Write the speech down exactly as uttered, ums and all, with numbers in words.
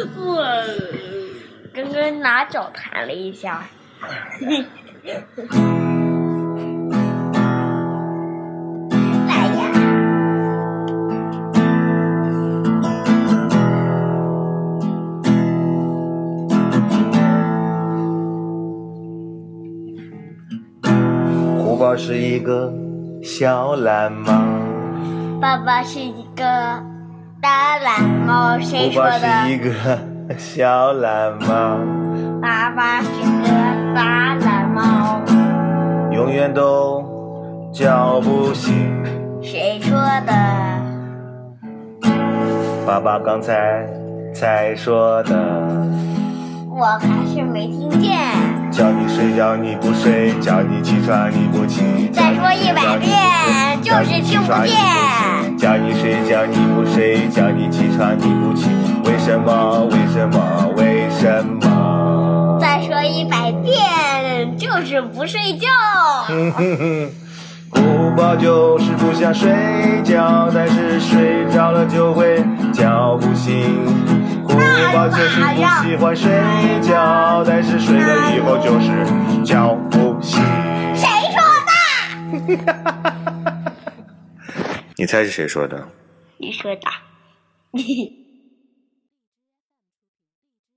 我刚刚拿脚弹了一下。来呀！ 虎宝是一个小蓝猫， 爸爸是一个大蓝猫，谁说虎宝是一的？ 个小蓝猫， 爸爸是个大蓝猫， 永远都叫不醒。 谁说的？ 爸爸刚才才说的， 我还是没听见。 叫你睡觉你不睡，叫你起床你不起， 再说一百遍，就是听不见。 叫你睡觉你不睡，叫你起床你不起，为什么？为什么？为什么？ 再说一百遍，就是不睡觉。 哼哼哼，虎宝就是不想睡觉，但是睡着了就会叫不醒。虎宝就是不喜欢睡觉，但是睡了以后就是叫不醒。 谁说的？ 你猜是谁说的？ 你说的。